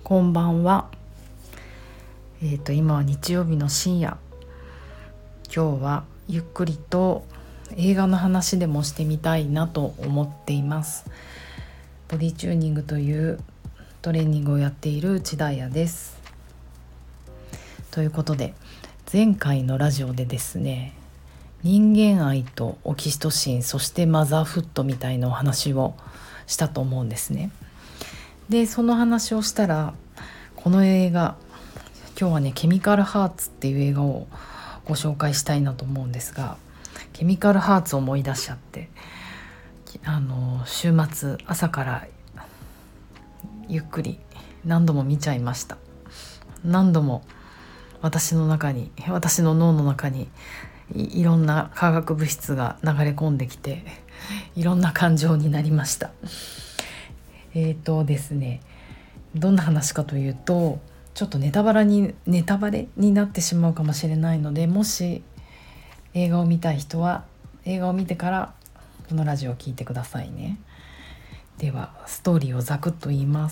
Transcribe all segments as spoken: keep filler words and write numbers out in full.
こんばんは。えーと今は日曜日の深夜。今日はゆっくりと映画の話でもしてみたいなと思っています。ボディチューニングというトレーニングをやっている内田彩です。ということで、前回のラジオでですね、人間愛とオキシトシン、そしてマザーフットみたいなお話をしたと思うんですね。でその話をしたら、この映画、今日はねケミカルハーツっていう映画をご紹介したいなと思うんですが、ケミカルハーツを思い出しちゃって、あの週末朝からゆっくり何度も見ちゃいました。何度も私の中に私の脳の中にい, いろんな化学物質が流れ込んできて、いろんな感情になりました。えーとですねどんな話かというと、ちょっとネタバレにネタバレになってしまうかもしれないので、もし映画を見たい人は映画を見てからこのラジオを聞いてくださいね。ではストーリーをざくっと言います。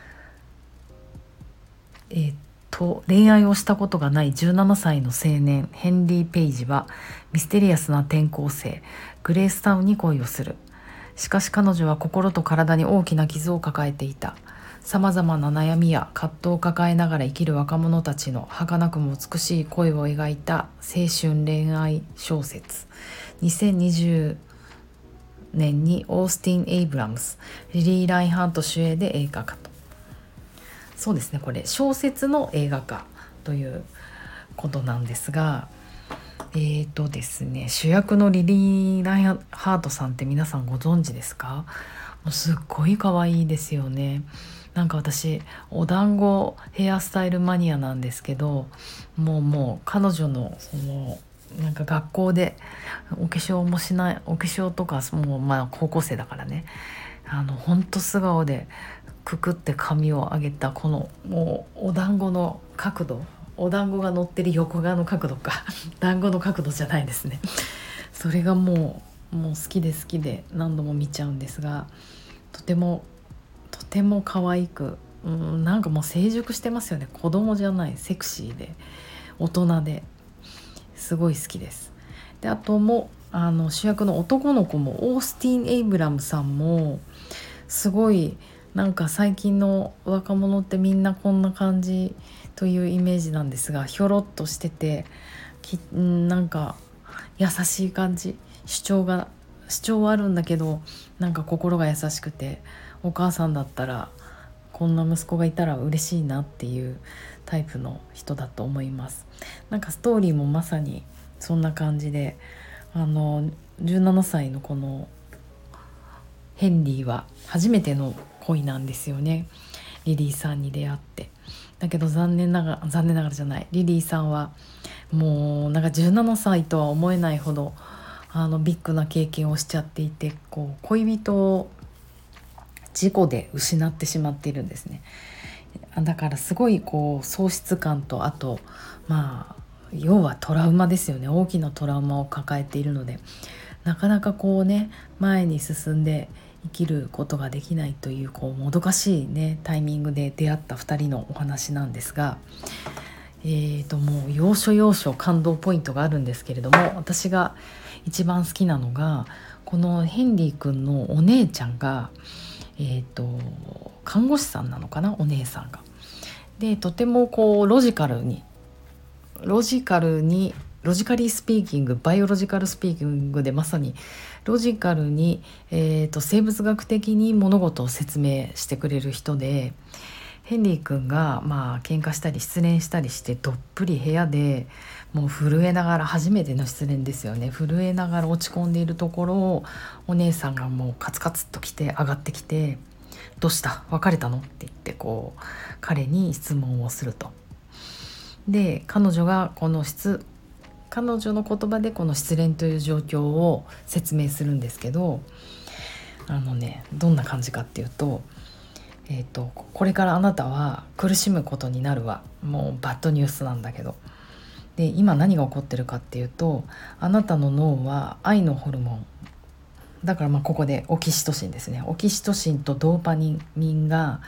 えー、っと恋愛をしたことがないじゅうななさいの青年ヘンリー・ペイジはミステリアスな転校生グレースタウンに恋をする。しかし彼女は心と体に大きな傷を抱えていた。さまざまな悩みや葛藤を抱えながら生きる若者たちの儚くも美しい恋を描いた青春恋愛小説。にせんにじゅうねんにオースティン・エイブラムス、リリー・ラインハート主演で映画化と。そうですね、これ小説の映画化ということなんですが、えーとですね主役のリリー・ラインハートさんって皆さんご存知ですか？もうすっごい可愛いですよね。なんか私お団子ヘアスタイルマニアなんですけど、もうもう彼女のそのなんか学校でお化粧もしない、お化粧とかもうまあ高校生だからね、あのほんと素顔でくくって髪を上げたこのもうお団子の角度、お団子が乗ってる横側の角度か団子の角度じゃないですね。それがもうもう好きで好きで何度も見ちゃうんですが、とてもとても可愛く、うん、なんかもう成熟してますよね。子供じゃない、セクシーで大人ですごい好きです。であともあの主役の男の子もオースティン・エイブラムさんもすごい、なんか最近の若者ってみんなこんな感じというイメージなんですが、ひょろっとしててきなんか優しい感じ、主張が主張はあるんだけど、なんか心が優しくて、お母さんだったらこんな息子がいたら嬉しいなっていうタイプの人だと思います。なんかストーリーもまさにそんな感じで、あのじゅうななさいのこのヘンリーは初めての恋なんですよね。リリーさんに出会って、だけど残念ながら残念ながらじゃない、リリーさんはもうなんかじゅうななさいとは思えないほどあのビッグな経験をしちゃっていて、こう恋人を事故で失ってしまっているんですね。だからすごいこう喪失感と、あとまあ要はトラウマですよね。大きなトラウマを抱えているので、なかなかこうね前に進んで生きることができないという、こうもどかしいねタイミングで出会ったふたりのお話なんですが、えーともう要所要所感動ポイントがあるんですけれども、私が一番好きなのがこのヘンリー君のお姉ちゃんが、えーと看護師さんなのかな、お姉さんが。でとてもこうロジカルにロジカルにロジカリースピーキング、バイオロジカルスピーキングでまさにロジカルに、えーと生物学的に物事を説明してくれる人で、ヘンリー君がまあ喧嘩したり失恋したりして、どっぷり部屋でもう震えながら、初めての失恋ですよね、震えながら落ち込んでいるところをお姉さんがもうカツカツっと来て上がってきて、どうした別れたのって言ってこう彼に質問をすると。で彼女がこの質彼女の言葉でこの失恋という状況を説明するんですけど、あのねどんな感じかっていうと、えーと、これからあなたは苦しむことになるわ、もうバッドニュースなんだけど、で今何が起こってるかっていうと、あなたの脳は愛のホルモンだから、まあここでオキシトシンですね、オキシトシンとドーパミンが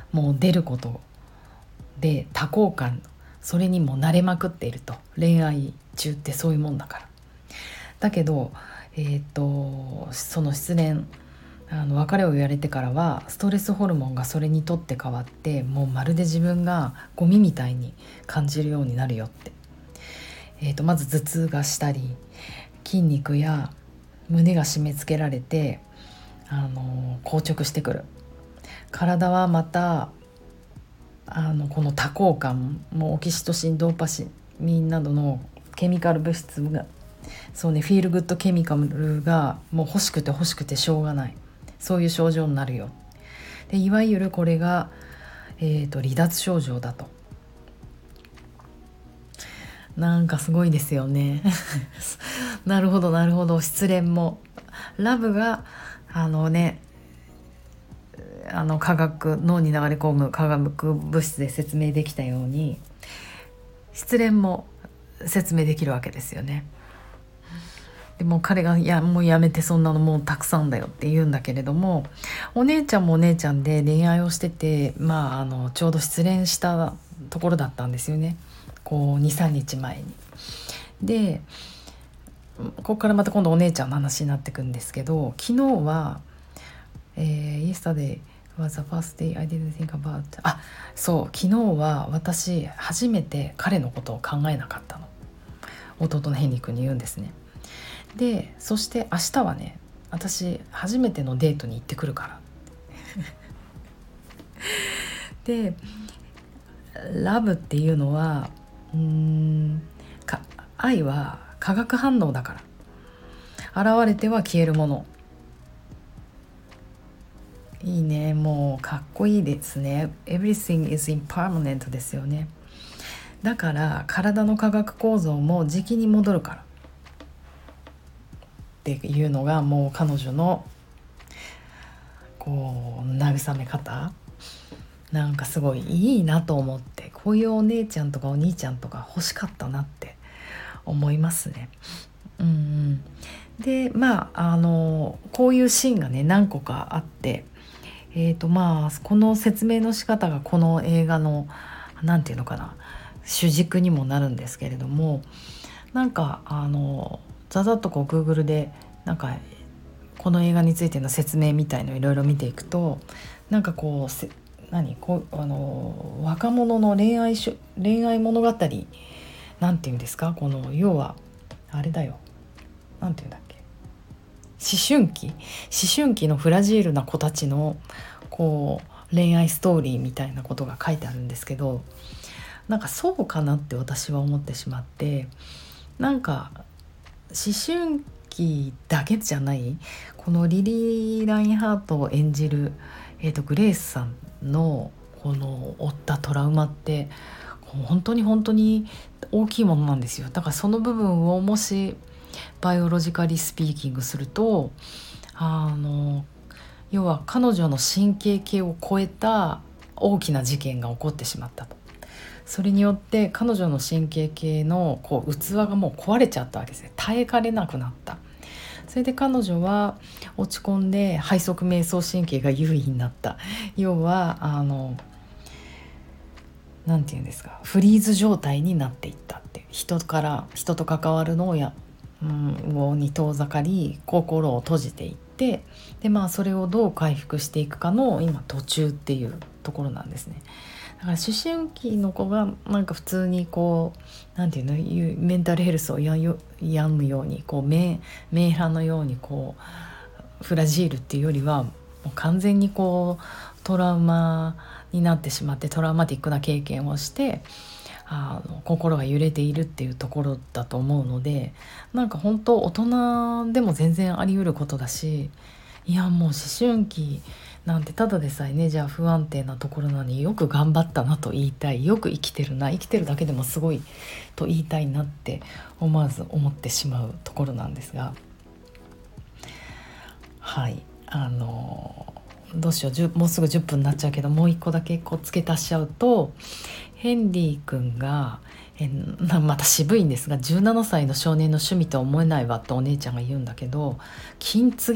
もう出ることで多幸感、それにも慣れまくっていると。恋愛中ってそういうもんだから。だけど、えー、とその失恋、あの別れを言われてからはストレスホルモンがそれにとって変わって、もうまるで自分がゴミみたいに感じるようになるよって、えー、とまず頭痛がしたり、筋肉や胸が締め付けられて、あの硬直してくる。体はまたあのこの多幸感もオキシトシン、ドーパミンなどのケミカル物質が、そうね、フィールグッドケミカルがもう欲しくて欲しくてしょうがない、そういう症状になるよ。でいわゆるこれが、えーと、離脱症状だと。なんかすごいですよねなるほどなるほど。失恋もラブがあのね、あの化学脳に流れ込む化学物質で説明できたように、失恋も説明できるわけですよね。でも彼がいやもうやめて、そんなのもうたくさんだよって言うんだけれども、お姉ちゃんもお姉ちゃんで恋愛をしてて、まあ、あのちょうど失恋したところだったんですよね、こう に,さん 日前に。でここからまた今度お姉ちゃんの話になってくんですけど、昨日は、えー、Yesterday was the first day I didn't think about あそう昨日は私初めて彼のことを考えなかったの、弟のヘンリー君に言うんですね。でそして明日はね、私初めてのデートに行ってくるからでラブっていうのはうーんか愛は化学反応だから、現れては消えるもの。いいね、もうかっこいいですね。 Everything is impermanent ですよね。だから体の化学構造も時期に戻るからっていうのが、もう彼女のこう慰め方、なんかすごいいいなと思って、こういうお姉ちゃんとかお兄ちゃんとか欲しかったなって思いますね。うんうん、でまああのこういうシーンがね何個かあって、えーとまあこの説明の仕方がこの映画のなんていうのかな、主軸にもなるんですけれども、なんかあのざざっとこう Google でなんかこの映画についての説明みたいのいろいろ見ていくと、なんかこうせ何こうあの若者の恋愛し恋愛物語なんていうんですか、この要はあれだよ、なんていうんだっけ、思春期思春期のフラジールな子たちのこう恋愛ストーリーみたいなことが書いてあるんですけど、なんかそうかなって私は思ってしまって、なんか思春期だけじゃない、このリリー・ラインハートを演じる、えーと、グレースさんのこの負ったトラウマって本当に本当に大きいものなんですよ。だからその部分をもしバイオロジカリスピーキングすると、あの要は彼女の神経系を超えた大きな事件が起こってしまったと。それによって彼女の神経系のこう器がもう壊れちゃったわけですね。耐えかれなくなった。それで彼女は落ち込んで背側瞑想神経が優位になった。要はあのなんていうんですか、フリーズ状態になっていったって、人から人と関わるのをや、うん、に遠ざかり心を閉じていって、でまあそれをどう回復していくかの今途中っていうところなんですね。だから思春期の子がなんか普通にこうなんていうの、メンタルヘルスを病むようにこうメンハラのようにこうフラジールっていうよりは、もう完全にこうトラウマになってしまって、トラウマティックな経験をしてあの心が揺れているっていうところだと思うので、なんか本当大人でも全然あり得ることだし、いやもう思春期なんてただでさえね、じゃあ不安定なところなのによく頑張ったなと言いたい、よく生きてるな、生きてるだけでもすごいと言いたいなって思わず思ってしまうところなんですが、はいあのどうしよう、もうすぐじゅっぷんになっちゃうけど、もう一個だけこう付け足しちゃうと、ヘンリー君がえまた渋いんですが、じゅうななさいの少年の趣味とは思えないわとお姉ちゃんが言うんだけど、金継ぎ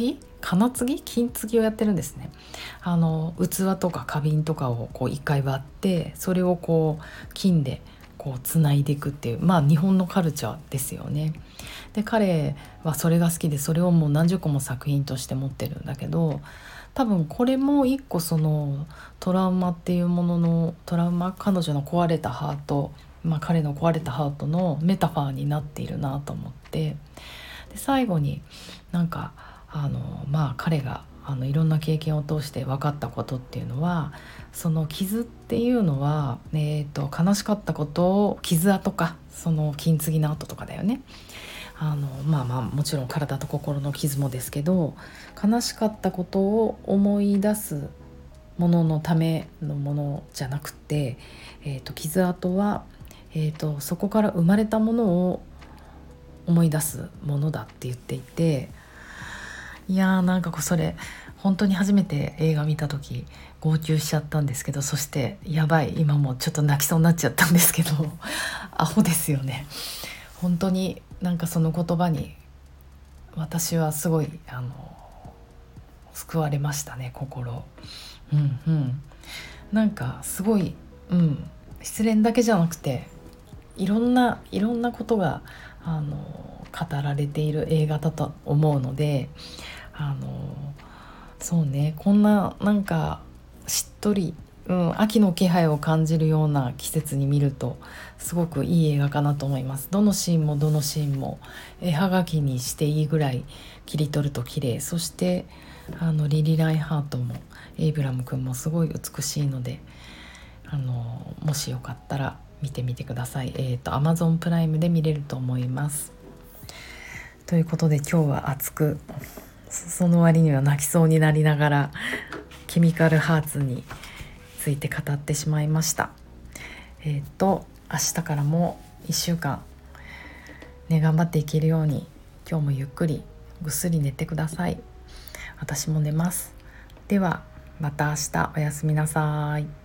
金継ぎ金継ぎをやってるんですね。あの器とか花瓶とかをこう一回割って、それをこう金でこうつないでいくっていう、まあ日本のカルチャーですよね。で彼はそれが好きで、それをもう何十個も作品として持ってるんだけど、多分これも一個そのトラウマっていうもののトラウマ彼女の壊れたハート、まあ、彼の壊れたハートのメタファーになっているなと思って、で最後になんかあのまあ彼があのいろんな経験を通して分かったことっていうのは、その傷っていうのは、えーと、悲しかったことを傷跡か、その金継ぎの跡とかだよね。あのまあまあもちろん体と心の傷もですけど、悲しかったことを思い出すもののためのものじゃなくて、えーと、傷跡は、えーと、そこから生まれたものを思い出すものだって言っていて、いやーなんかこうそれ本当に初めて映画見た時号泣しちゃったんですけど、そしてやばい今もうちょっと泣きそうになっちゃったんですけどアホですよね。本当になんかその言葉に私はすごいあの救われましたね、心。うんうん、なんかすごい、うん、失恋だけじゃなくていろんないろんなことがあの語られている映画だと思うので、あのそうね、こんななんかしっとり、うん、秋の気配を感じるような季節に見るとすごくいい映画かなと思います。どのシーンもどのシーンも絵はがきにしていいぐらい切り取ると綺麗、そしてあのリリー・ラインハートもエイブラム君もすごい美しいので、あのもしよかったら見てみてください。えーと Amazon プライムで見れると思います。ということで今日は熱く、その割には泣きそうになりながらケミカルハーツについて語ってしまいました。えーと明日からもいっしゅうかんね頑張っていけるように、今日もゆっくりぐっすり寝てください。私も寝ます。ではまた明日、おやすみなさい。